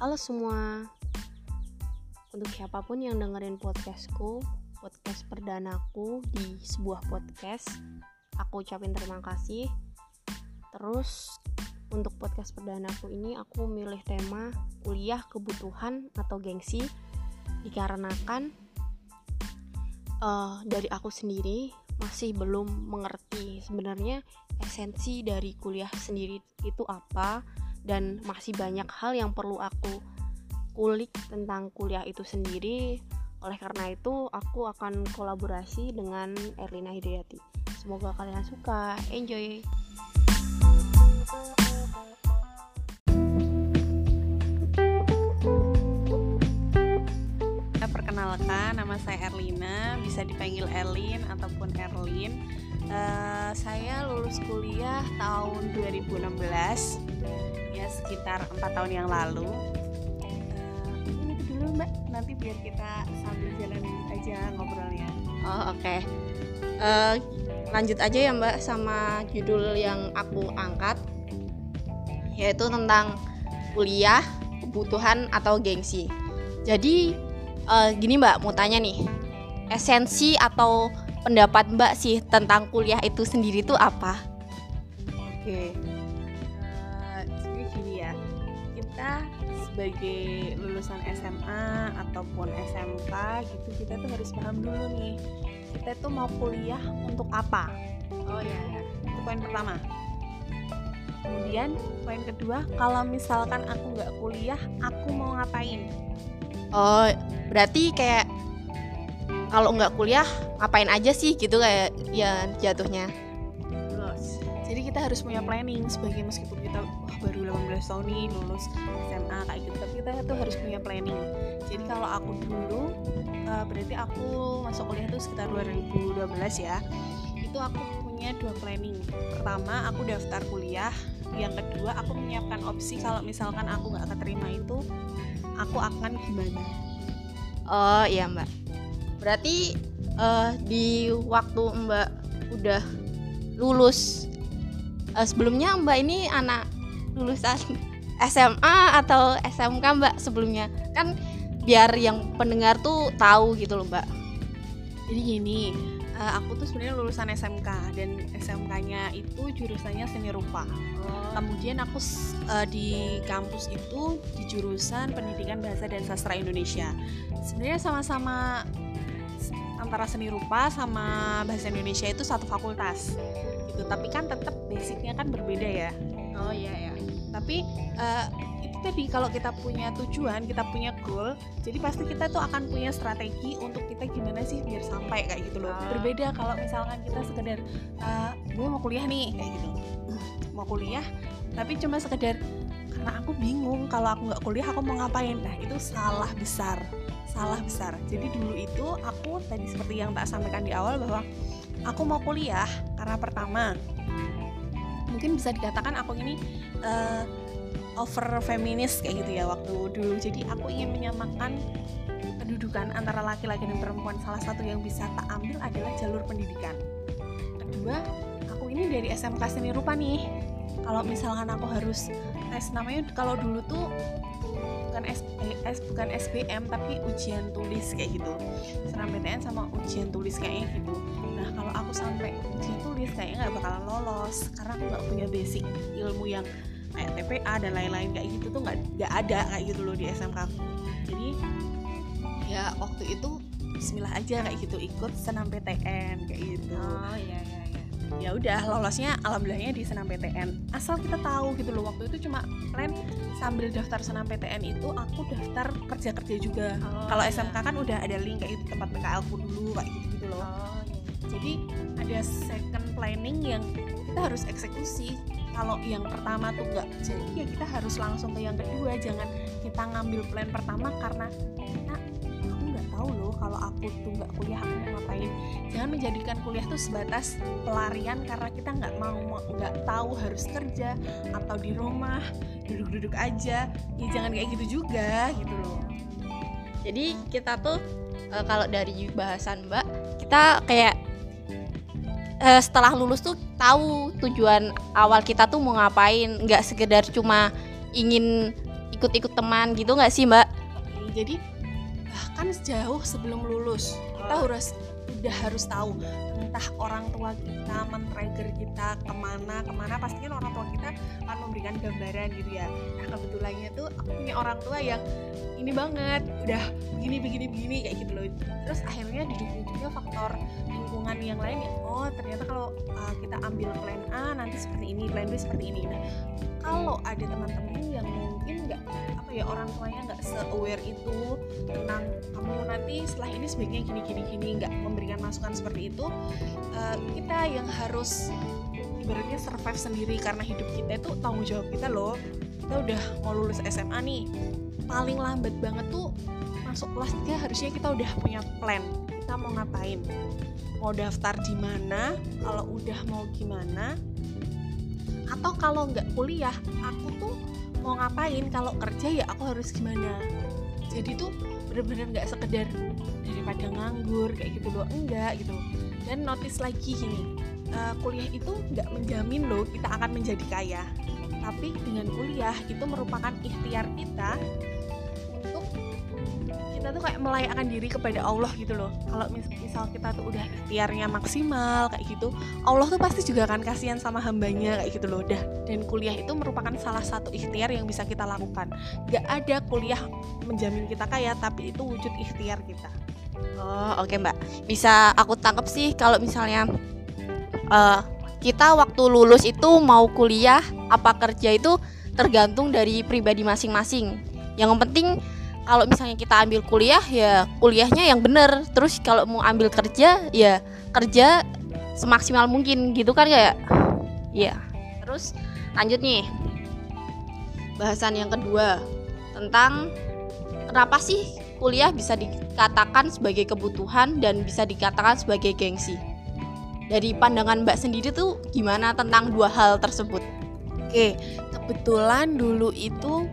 Halo semua, untuk siapapun yang dengerin podcastku, podcast perdanaku di sebuah podcast, aku ucapin terima kasih. Terus untuk podcast perdanaku ini aku memilih tema kuliah kebutuhan atau gengsi, dikarenakan dari aku sendiri masih belum mengerti sebenarnya esensi dari kuliah sendiri itu apa, dan masih banyak hal yang perlu aku kulik tentang kuliah itu sendiri. Oleh karena itu aku akan kolaborasi dengan Erlina Hidayati. Semoga kalian suka, enjoy. Perkenalkan, nama saya Erlina, bisa dipanggil Erlin ataupun Erlin. Saya lulus kuliah tahun 2016, ya sekitar 4 tahun yang lalu. Ini itu dulu Mbak, nanti biar kita sambil jalan aja ngobrolnya. Oke. Lanjut aja ya Mbak sama judul yang aku angkat, yaitu tentang kuliah, kebutuhan atau gengsi. Jadi gini Mbak, mau tanya nih, esensi atau pendapat Mbak sih tentang kuliah itu sendiri tuh apa? Oke, jadi gini ya, kita sebagai lulusan SMA ataupun SMK gitu, kita tuh harus paham dulu nih, kita tuh mau kuliah untuk apa. Oh ya. Itu poin pertama. Kemudian poin kedua, kalau misalkan aku nggak kuliah, aku mau ngapain? Oh, berarti kayak kalau nggak kuliah ngapain aja sih gitu kayak ya jatuhnya. Lulus. Jadi kita harus punya planning sebagai, meskipun kita baru 18 tahun nih lulus SMA kayak gitu, tapi kita tuh harus punya planning. Jadi kalau aku dulu berarti aku masuk kuliah itu sekitar 2012 ya. Itu aku punya 2 planning. Pertama, aku daftar kuliah. Yang kedua, aku menyiapkan opsi kalau misalkan aku nggak keterima itu, aku akan gimana. Oh iya Mbak. Berarti di waktu Mbak udah lulus, sebelumnya Mbak ini anak lulusan SMA atau SMK Mbak sebelumnya? Kan biar yang pendengar tuh tahu gitu loh Mbak. Jadi gini, aku tuh sebenarnya lulusan SMK, dan SMK-nya itu jurusannya seni rupa. Kemudian aku di kampus itu di jurusan Pendidikan Bahasa dan Sastra Indonesia. Sebenarnya sama-sama antara seni rupa sama bahasa Indonesia itu satu fakultas gitu, tapi kan tetap basicnya kan berbeda ya. Oh iya ya. Tapi itu tadi, kalau kita punya tujuan, kita punya goal, jadi pasti kita tuh akan punya strategi untuk kita gimana sih biar sampai kayak gitu loh. Berbeda kalau misalkan kita sekedar gue mau kuliah nih kayak gitu, mau kuliah tapi cuma sekedar karena aku bingung kalau aku nggak kuliah aku mau ngapain. Nah itu salah besar. Jadi dulu itu aku tadi seperti yang tak sampaikan di awal, bahwa aku mau kuliah karena pertama, mungkin bisa dikatakan aku ini over feminis kayak gitu ya waktu dulu. Jadi aku ingin menyamakan kedudukan antara laki-laki dan perempuan. Salah satu yang bisa tak ambil adalah jalur pendidikan. Kedua, aku ini dari SMK seni rupa nih. Kalau misalkan aku harus tes, namanya kalau dulu tuh bukan SBM tapi ujian tulis kayak gitu, SNMPTN sama ujian tulis kayaknya gitu. Nah kalau aku sampai ujian tulis kayaknya nggak bakalan lolos karena aku nggak punya basic ilmu yang kayak TPA dan lain-lain kayak gitu tuh nggak ada kayak gitu loh di SMK. Jadi ya waktu itu bismillah aja kayak gitu, ikut SNMPTN kayak gitu. Oh iya. Ya udah lolosnya alhamdulillahnya di SNMPTN. Asal kita tahu gitu loh, waktu itu cuma plan sambil daftar SNMPTN itu aku daftar kerja juga. Kalau SMK kan udah ada link kayak itu, tempat PKL ku dulu kayak gitu loh. Jadi ada second planning yang kita harus eksekusi. Kalau yang pertama tuh nggak jadi, ya kita harus langsung ke yang kedua. Jangan kita ngambil plan pertama karena aku nggak tahu loh kalau aku tuh nggak kuliah aku mau ngapain. Jangan menjadikan kuliah tuh sebatas pelarian karena kita nggak tahu harus kerja atau di rumah duduk-duduk aja. Ya jangan kayak gitu juga gitu loh. Jadi kita tuh kalau dari bahasan Mbak, kita kayak setelah lulus tuh tahu tujuan awal kita tuh mau ngapain, nggak sekedar cuma ingin ikut-ikut teman gitu nggak sih Mbak? Jadi bahkan jauh sebelum lulus kita udah harus tahu entah orang tua kita men-trigger kita kemana pastinya orang tua kita akan memberikan gambaran gitu ya. Nah kebetulannya tuh aku punya orang tua yang ini banget udah begini kayak gitu loh. Terus akhirnya didukung juga faktor lingkungan yang lain ya, oh ternyata kalau kita ambil plan A nanti seperti ini, plan B seperti ini. Nah kalau ada teman-teman yang mungkin nggak orang tuanya nggak se-aware itu tentang kamu nanti setelah ini sebaiknya gini nggak memberikan masukan seperti itu, kita yang harus ibaratnya survive sendiri karena hidup kita itu tanggung jawab kita loh. Kita udah mau lulus SMA nih, paling lambat banget tuh masuk kelas 3 harusnya kita udah punya plan kita mau ngapain, mau daftar di mana, kalau udah mau gimana, atau kalau nggak kuliah aku tuh mau ngapain, kalau kerja ya aku harus gimana. Jadi tuh bener-bener nggak sekedar daripada nganggur kayak gitu loh, enggak gitu. Dan notice lagi gini, kuliah itu nggak menjamin loh kita akan menjadi kaya, tapi dengan kuliah itu merupakan ikhtiar kita untuk kita tuh kayak melayakkan diri kepada Allah gitu loh. Kalau misal kita tuh udah ikhtiarnya maksimal kayak gitu, Allah tuh pasti juga akan kasihan sama hambanya kayak gitu loh. Dan kuliah itu merupakan salah satu ikhtiar yang bisa kita lakukan. Gak ada kuliah menjamin kita kaya, tapi itu wujud ikhtiar kita. Oh oke Mbak, bisa aku tangkap sih kalau misalnya kita waktu lulus itu mau kuliah apa kerja itu tergantung dari pribadi masing-masing. Yang penting kalau misalnya kita ambil kuliah ya kuliahnya yang bener, terus kalau mau ambil kerja ya kerja semaksimal mungkin gitu kan kayak ya. Terus lanjut nih, bahasan yang kedua tentang kenapa sih kuliah bisa dikatakan sebagai kebutuhan dan bisa dikatakan sebagai gengsi. Dari pandangan Mbak sendiri tuh gimana tentang dua hal tersebut? Oke, kebetulan dulu itu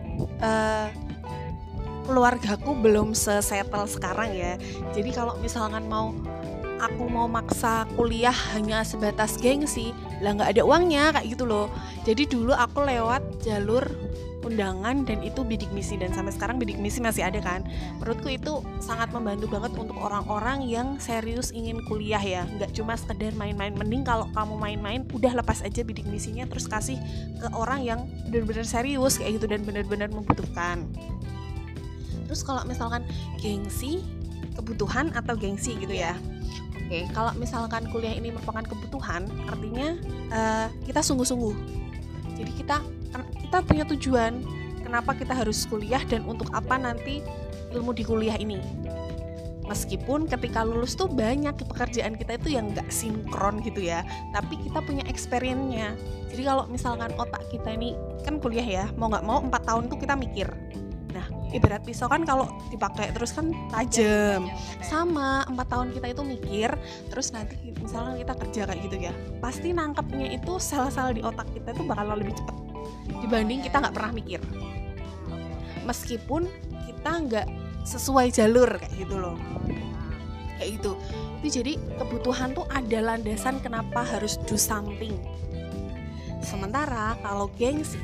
keluargaku belum sesettle sekarang ya. Jadi kalau misalkan aku mau maksa kuliah hanya sebatas gengsi, lah nggak ada uangnya kayak gitu loh. Jadi dulu aku lewat jalur undangan dan itu bidik misi, dan sampai sekarang bidik misi masih ada kan. Menurutku itu sangat membantu banget untuk orang-orang yang serius ingin kuliah ya, nggak cuma sekedar main-main. Mending kalau kamu main-main udah lepas aja bidik misinya, terus kasih ke orang yang benar-benar serius kayak gitu dan benar-benar membutuhkan. Terus kalau misalkan gengsi, kebutuhan atau gengsi gitu ya. Oke, kalau misalkan kuliah ini merupakan kebutuhan, artinya kita sungguh-sungguh. Jadi kita punya tujuan kenapa kita harus kuliah dan untuk apa nanti ilmu di kuliah ini. Meskipun ketika lulus tuh banyak pekerjaan kita itu yang gak sinkron gitu ya, tapi kita punya experience-nya. Jadi kalau misalkan otak kita ini kan kuliah ya, mau gak mau 4 tahun tuh kita mikir. Nah ibarat pisau kan kalau dipakai terus kan tajam. Sama 4 tahun kita itu mikir, terus nanti misalkan kita kerja kayak gitu ya, pasti nangkepnya itu sel-sel di otak kita itu bakal lebih cepat dibanding kita nggak pernah mikir, meskipun kita nggak sesuai jalur kayak gitu loh. Kayak gitu. Itu jadi kebutuhan tuh ada landasan kenapa harus do something. Sementara kalau gengsi,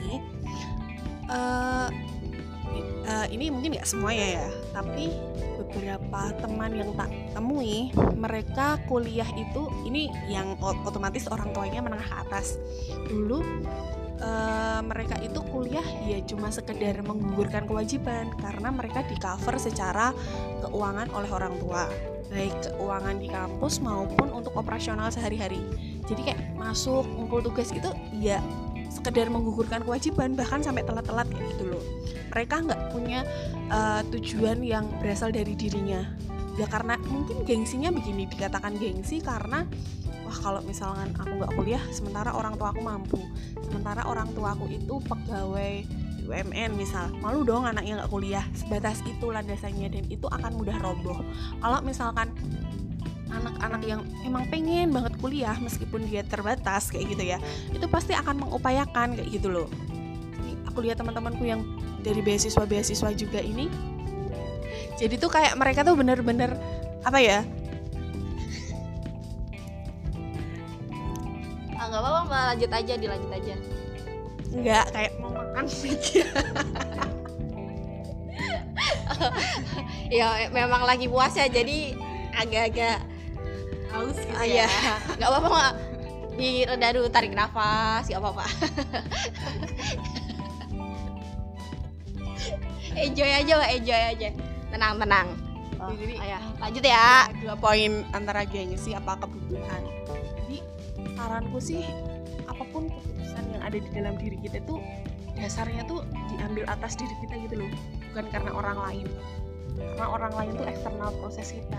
ini mungkin nggak semua ya, tapi beberapa teman yang tak temui, mereka kuliah itu, ini yang otomatis orang tuanya menengah ke atas. Dulu mereka itu kuliah ya cuma sekedar menggugurkan kewajiban karena mereka di cover secara keuangan oleh orang tua, baik keuangan di kampus maupun untuk operasional sehari-hari. Jadi kayak masuk ngumpul tugas itu ya sekedar menggugurkan kewajiban, bahkan sampai telat-telat kayak gitu loh. Mereka nggak punya tujuan yang berasal dari dirinya ya, karena mungkin gengsinya begini, dikatakan gengsi karena wah kalau misalkan aku nggak kuliah sementara orang tua aku mampu, sementara orang tua aku itu pegawai BUMN misal, malu dong anaknya nggak kuliah. Sebatas itu landasannya dan itu akan mudah roboh. Kalau misalkan anak-anak yang emang pengen banget kuliah meskipun dia terbatas kayak gitu ya, itu pasti akan mengupayakan kayak gitu loh. Jadi aku lihat teman-temanku yang dari beasiswa juga ini, jadi tuh kayak mereka tuh bener-bener apa ya, nggak apa-apa Mbak, dilanjut aja. nggak kayak mau makan mikir. Ya memang lagi puasa jadi agak-agak haus gitu ya. Nggak apa-apa Mak. Direda dulu, tarik nafas, nggak apa-apa. Enjoy aja Mbak, enjoy aja. Tenang. Jadi Ya, lanjut ya. ada 2 poin antara gengsi apa kebutuhan. Jadi saranku sih apapun keputusan yang ada di dalam diri kita tuh dasarnya tuh diambil atas diri kita gitu loh, bukan karena orang lain. Karena orang lain tuh eksternal proses kita.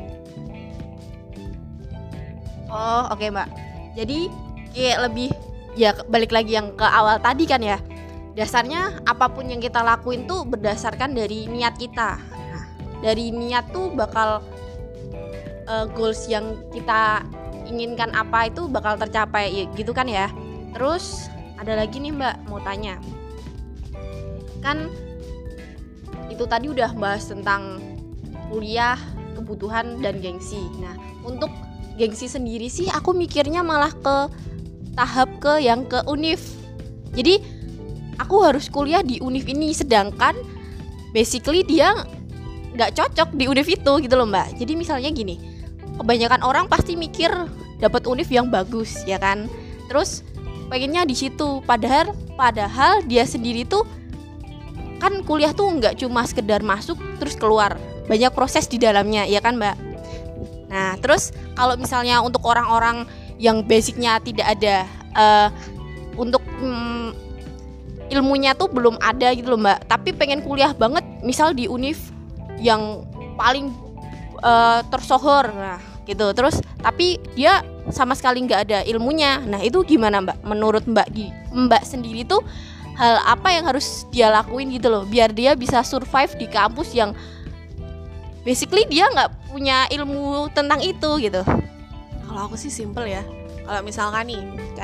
Oh, oke Mbak. Jadi kayak lebih ya balik lagi yang ke awal tadi kan ya. Dasarnya apapun yang kita lakuin tuh berdasarkan dari niat kita. Nah, dari niat tuh bakal goals yang kita inginkan apa itu bakal tercapai ya, gitu kan ya. Terus ada lagi nih Mbak mau tanya. Kan itu tadi udah bahas tentang kuliah, kebutuhan dan gengsi. Nah, untuk gengsi sendiri sih aku mikirnya malah ke tahap ke yang ke univ. Jadi aku harus kuliah di univ ini, sedangkan basically dia nggak cocok di univ itu gitu loh Mbak. Jadi misalnya gini, kebanyakan orang pasti mikir dapat univ yang bagus ya kan, terus pengennya di situ, padahal dia sendiri tuh kan kuliah tuh nggak cuma sekedar masuk terus keluar, banyak proses di dalamnya ya kan Mbak. Nah terus kalau misalnya untuk orang-orang yang basicnya tidak ada untuk ilmunya tuh belum ada gitu loh Mbak, tapi pengen kuliah banget misal di univ yang paling tersohor, nah gitu, terus tapi dia sama sekali nggak ada ilmunya. Nah itu gimana Mbak? Menurut Mbak sendiri tuh hal apa yang harus dia lakuin gitu loh, biar dia bisa survive di kampus yang basically dia nggak punya ilmu tentang itu gitu. Kalau aku sih simple ya. Kalau misalkan nih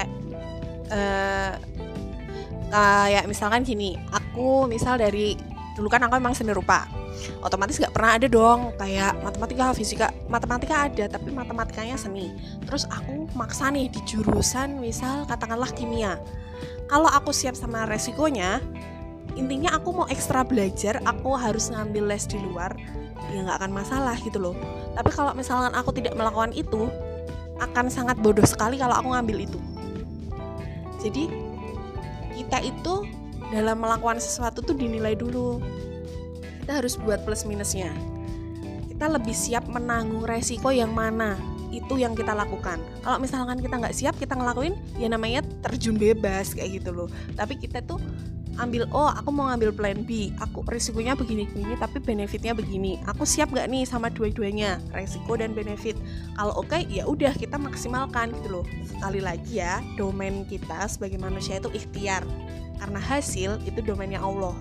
kayak misalkan gini, aku misal dari dulu kan aku emang seni rupa, otomatis nggak pernah ada dong kayak matematika, fisika. Matematika ada tapi matematikanya seni. Terus aku maksa nih di jurusan misal katakanlah kimia. Kalau aku siap sama resikonya, intinya aku mau ekstra belajar, aku harus ngambil les di luar, ya nggak akan masalah gitu loh. Tapi kalau misalkan aku tidak melakukan itu, akan sangat bodoh sekali kalau aku ngambil itu. Jadi kita itu dalam melakukan sesuatu tuh dinilai dulu. Kita harus buat plus minusnya. Kita lebih siap menanggung resiko yang mana, itu yang kita lakukan. Kalau misalkan kita nggak siap, kita ngelakuin, ya namanya terjun bebas kayak gitu loh. Tapi kita tuh ambil, oh aku mau ngambil plan B, aku risikonya begini-begini tapi benefitnya begini, aku siap nggak nih sama dua-duanya, resiko dan benefit. Kalau oke, ya udah kita maksimalkan gitu loh. Sekali lagi ya, domain kita sebagai manusia itu ikhtiar, karena hasil itu domainnya Allah.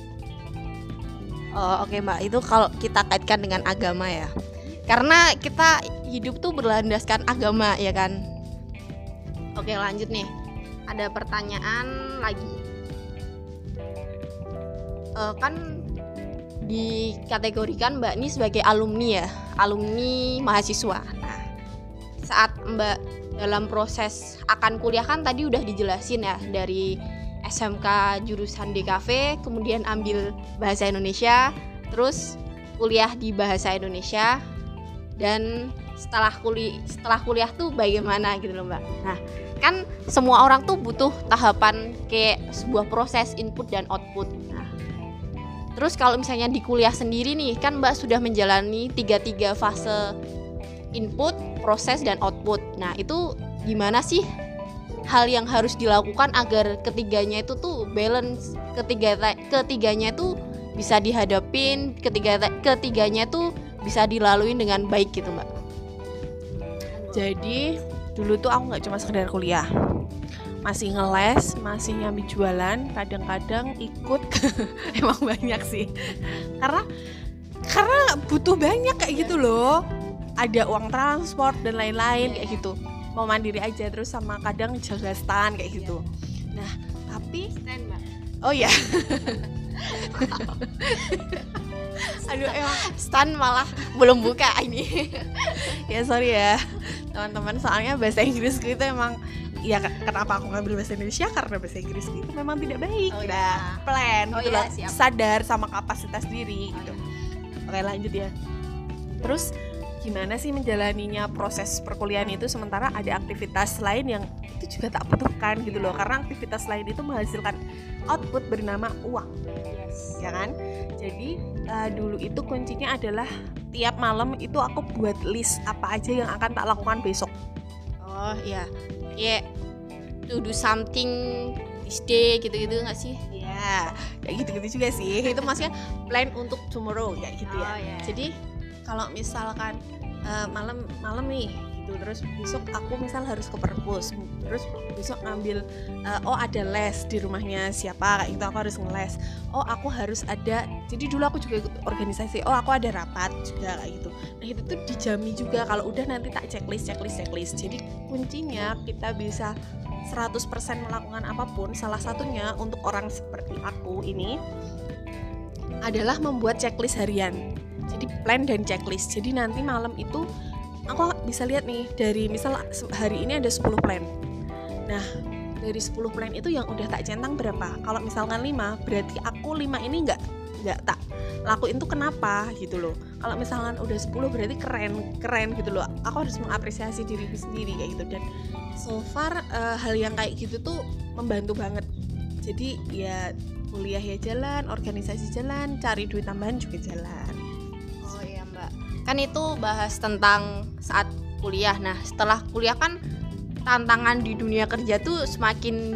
Oh, oke Mbak, itu kalau kita kaitkan dengan agama ya, karena kita hidup tuh berlandaskan agama ya kan. Oke lanjut nih, ada pertanyaan lagi. Kan dikategorikan Mbak ini sebagai alumni ya, alumni mahasiswa. Nah, saat Mbak dalam proses akan kuliah kan tadi udah dijelasin ya, dari SMK jurusan DKV, kemudian ambil bahasa Indonesia, terus kuliah di bahasa Indonesia, dan setelah kuliah tuh bagaimana gitu loh Mbak. Nah, kan semua orang tuh butuh tahapan kayak sebuah proses input dan output. Nah, terus kalau misalnya di kuliah sendiri nih, kan Mbak sudah menjalani tiga fase input, proses, dan output. Nah itu gimana sih hal yang harus dilakukan agar ketiganya itu tuh balance, ketiganya itu bisa dihadapin, ketiganya tuh bisa dilalui dengan baik gitu Mbak. Jadi dulu tuh aku nggak cuma sekedar kuliah, masih ngeles, masih nyambi jualan, kadang-kadang ikut emang banyak sih, karena butuh banyak kayak gitu loh, ada uang transport dan lain-lain kayak gitu, mau mandiri aja, terus sama kadang jaga stand kayak gitu. Nah tapi Stand Mbak. oh ya aduh emang Stand malah belum buka ini. ya sorry ya. teman-teman, soalnya bahasa Inggrisku itu emang ya kenapa aku ngambil bahasa Indonesia karena bahasa Inggrisku itu memang tidak baik. Plan gitu loh, sadar sama kapasitas diri gitu. Oke, lanjut ya. Terus gimana sih menjalaninya proses perkuliahan itu sementara ada aktivitas lain yang itu juga tak butuhkan gitu loh, karena aktivitas lain itu menghasilkan output bernama uang, ya kan? Jadi dulu itu kuncinya adalah tiap malam itu aku buat list apa aja yang akan tak lakukan besok. Oh iya, kayak to do something this day gitu-gitu nggak sih? Ya, kayak gitu-gitu juga sih. Itu maksudnya plan untuk tomorrow kayak gitu ya. Jadi kalau misalkan malam nih gitu, terus besok aku misal harus ke perpus, terus besok ngambil ada les di rumahnya siapa kayak gitu, aku harus ngeles. Aku harus ada, jadi dulu aku juga ikut organisasi, aku ada rapat juga kayak gitu. Nah itu tuh dijami juga, kalau udah nanti tak checklist. Jadi kuncinya kita bisa 100% melakukan apapun, salah satunya untuk orang seperti aku ini adalah membuat checklist harian. Jadi plan dan checklist. Jadi nanti malam itu aku bisa lihat nih, dari misal hari ini ada 10 plan. Nah, dari 10 plan itu yang udah tak centang berapa? Kalau misalkan 5, berarti aku 5 ini enggak tak lakuin tuh kenapa gitu loh. Kalau misalkan udah 10 berarti keren gitu loh. Aku harus mengapresiasi diriku sendiri kayak gitu. Dan so far hal yang kayak gitu tuh membantu banget. Jadi ya kuliah ya jalan, organisasi jalan, cari duit tambahan juga jalan. Kan itu bahas tentang saat kuliah. Nah setelah kuliah kan tantangan di dunia kerja tuh semakin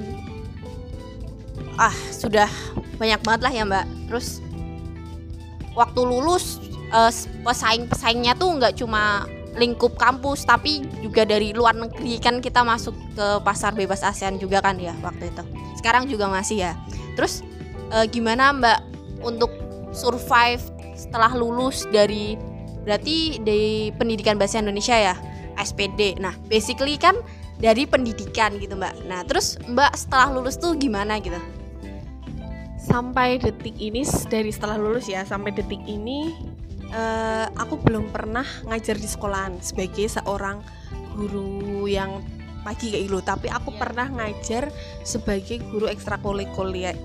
sudah banyak banget lah ya Mbak. Terus waktu lulus pesaingnya tuh nggak cuma lingkup kampus, tapi juga dari luar negeri. Kan kita masuk ke pasar bebas ASEAN juga kan ya waktu itu. Sekarang juga masih ya. Terus gimana Mbak untuk survive setelah lulus berarti di pendidikan bahasa Indonesia ya, SPD. Nah, basically kan dari pendidikan gitu Mbak. Nah, terus Mbak setelah lulus tuh gimana gitu? Sampai detik ini, dari setelah lulus ya, sampai detik ini aku belum pernah ngajar di sekolahan sebagai seorang guru yang pagi kayak gitu, tapi aku pernah ngajar sebagai guru ekstrakurikuler.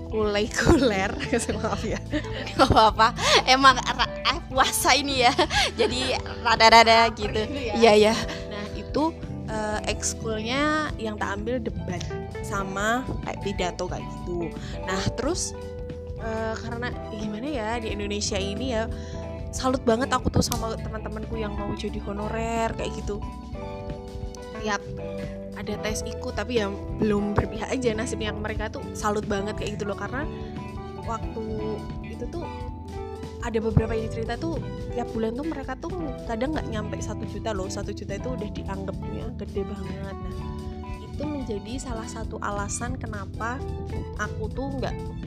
Maaf ya, nggak apa-apa, emang puasa ini ya, jadi rada-rada gitu. Iya. Nah itu ekskulnya yang tak ambil debat sama kayak pidato kayak gitu. Nah terus karena gimana ya, di Indonesia ini ya salut banget aku tuh sama teman-temanku yang mau jadi honorer kayak gitu. Tiap ada tes ikut, tapi ya belum berpihak aja nasibnya mereka tuh, salut banget kayak gitu loh. Karena waktu itu tuh ada beberapa yang cerita tuh tiap bulan tuh mereka tuh kadang nggak nyampe 1 juta loh. 1 juta itu udah dianggapnya gede banget. Nah itu menjadi salah satu alasan kenapa aku tuh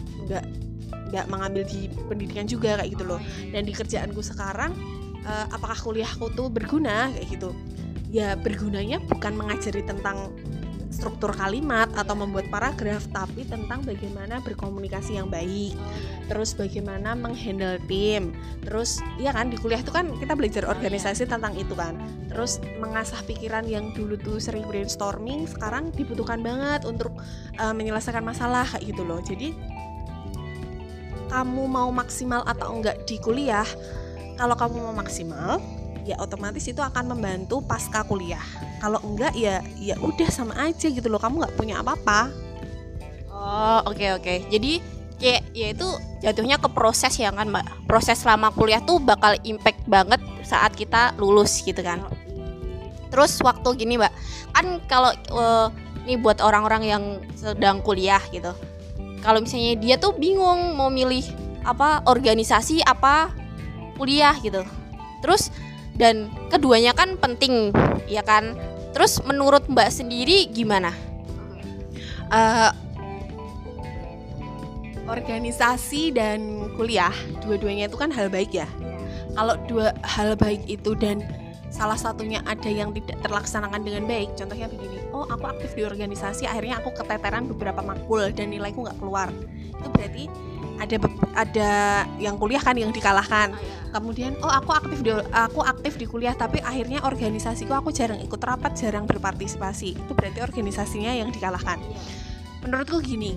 nggak mengambil di pendidikan juga kayak gitu loh. Dan di kerjaanku sekarang apakah kuliahku tuh berguna kayak gitu? Ya bergunanya bukan mengajari tentang struktur kalimat atau membuat paragraf, tapi tentang bagaimana berkomunikasi yang baik, terus bagaimana menghandle tim, terus ya kan di kuliah itu kan kita belajar organisasi tentang itu kan, terus mengasah pikiran yang dulu tuh sering brainstorming, sekarang dibutuhkan banget untuk menyelesaikan masalah kayak gitu loh. Jadi kamu mau maksimal atau enggak di kuliah, kalau kamu mau maksimal ya otomatis itu akan membantu pasca kuliah. Kalau enggak ya udah sama aja gitu loh, kamu nggak punya apa-apa. Oh oke. Jadi kayak ya itu jatuhnya ke proses ya kan Mbak. Proses selama kuliah tuh bakal impact banget saat kita lulus gitu kan. Terus waktu gini Mbak, kan kalau nih buat orang-orang yang sedang kuliah gitu, kalau misalnya dia tuh bingung mau milih apa organisasi apa kuliah gitu. Terus dan keduanya kan penting ya kan. Terus menurut Mbak sendiri gimana? Organisasi dan kuliah dua-duanya itu kan hal baik ya. Kalau dua hal baik itu dan salah satunya ada yang tidak terlaksanakan dengan baik, contohnya begini, aku aktif di organisasi, akhirnya aku keteteran beberapa makul dan nilaiku nggak keluar, itu berarti ada yang kuliah kan yang dikalahkan. kemudian aku aktif di kuliah tapi akhirnya organisasiku aku jarang ikut rapat, jarang berpartisipasi. Itu berarti organisasinya yang dikalahkan. Menurutku gini,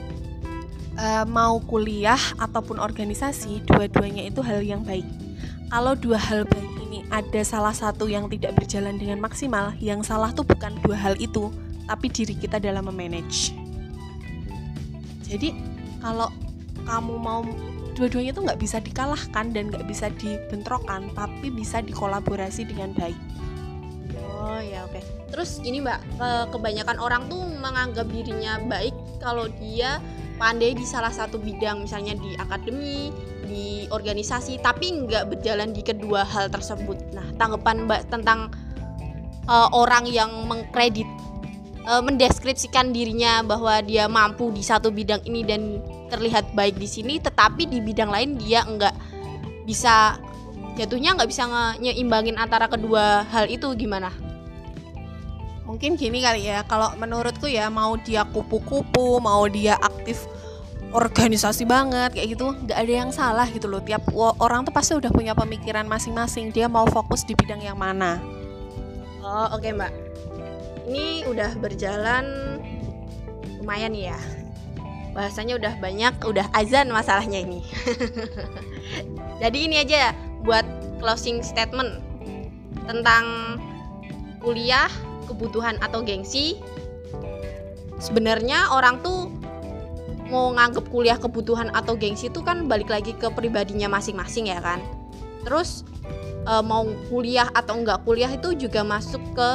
mau kuliah ataupun organisasi, dua-duanya itu hal yang baik. Kalau dua hal baik ini ada salah satu yang tidak berjalan dengan maksimal, yang salah tuh bukan dua hal itu, tapi diri kita dalam memanage. Jadi kalau kamu mau, dua-duanya tuh nggak bisa dikalahkan dan nggak bisa dibentrokan, tapi bisa dikolaborasi dengan baik. Oh ya, oke. Terus gini Mbak, kebanyakan orang tuh menganggap dirinya baik kalau dia pandai di salah satu bidang, misalnya di akademi, di organisasi, tapi nggak berjalan di kedua hal tersebut. Nah, tanggapan Mbak tentang orang yang mendeskripsikan dirinya bahwa dia mampu di satu bidang ini dan terlihat baik di sini, tetapi di bidang lain dia nggak bisa, jatuhnya nggak bisa nyeimbangin antara kedua hal itu, gimana? Mungkin gini kali ya, kalau menurutku ya, mau dia kupu-kupu, mau dia aktif organisasi banget kayak gitu, nggak ada yang salah gitu loh. Tiap orang tuh pasti udah punya pemikiran masing-masing, dia mau fokus di bidang yang mana. Oh oke Mbak, ini udah berjalan lumayan ya, bahasanya udah banyak, udah azan masalahnya ini. Jadi ini aja buat closing statement tentang kuliah, kebutuhan atau gengsi. Sebenarnya orang tuh mau nganggep kuliah kebutuhan atau gengsi itu kan balik lagi ke pribadinya masing-masing ya kan. Terus mau kuliah atau enggak kuliah itu juga masuk ke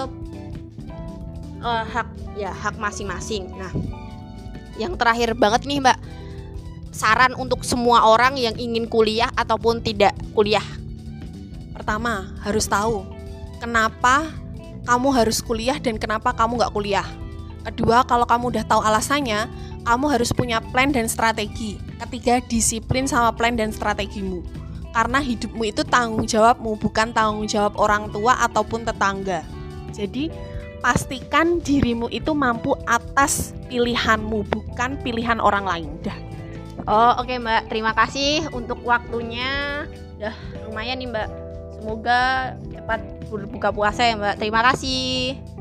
hak masing-masing. Nah, yang terakhir banget nih Mbak, saran untuk semua orang yang ingin kuliah ataupun tidak kuliah. Pertama, harus tahu kenapa kamu harus kuliah dan kenapa kamu gak kuliah. Kedua, kalau kamu udah tahu alasannya, kamu harus punya plan dan strategi. Ketiga, disiplin sama plan dan strategimu. Karena hidupmu itu tanggung jawabmu, bukan tanggung jawab orang tua ataupun tetangga. Jadi, pastikan dirimu itu mampu atas pilihanmu, bukan pilihan orang lain. Dah. Oh oke Mbak, terima kasih untuk waktunya. Udah lumayan nih Mbak. Semoga cepat berbuka puasa ya Mbak. Terima kasih.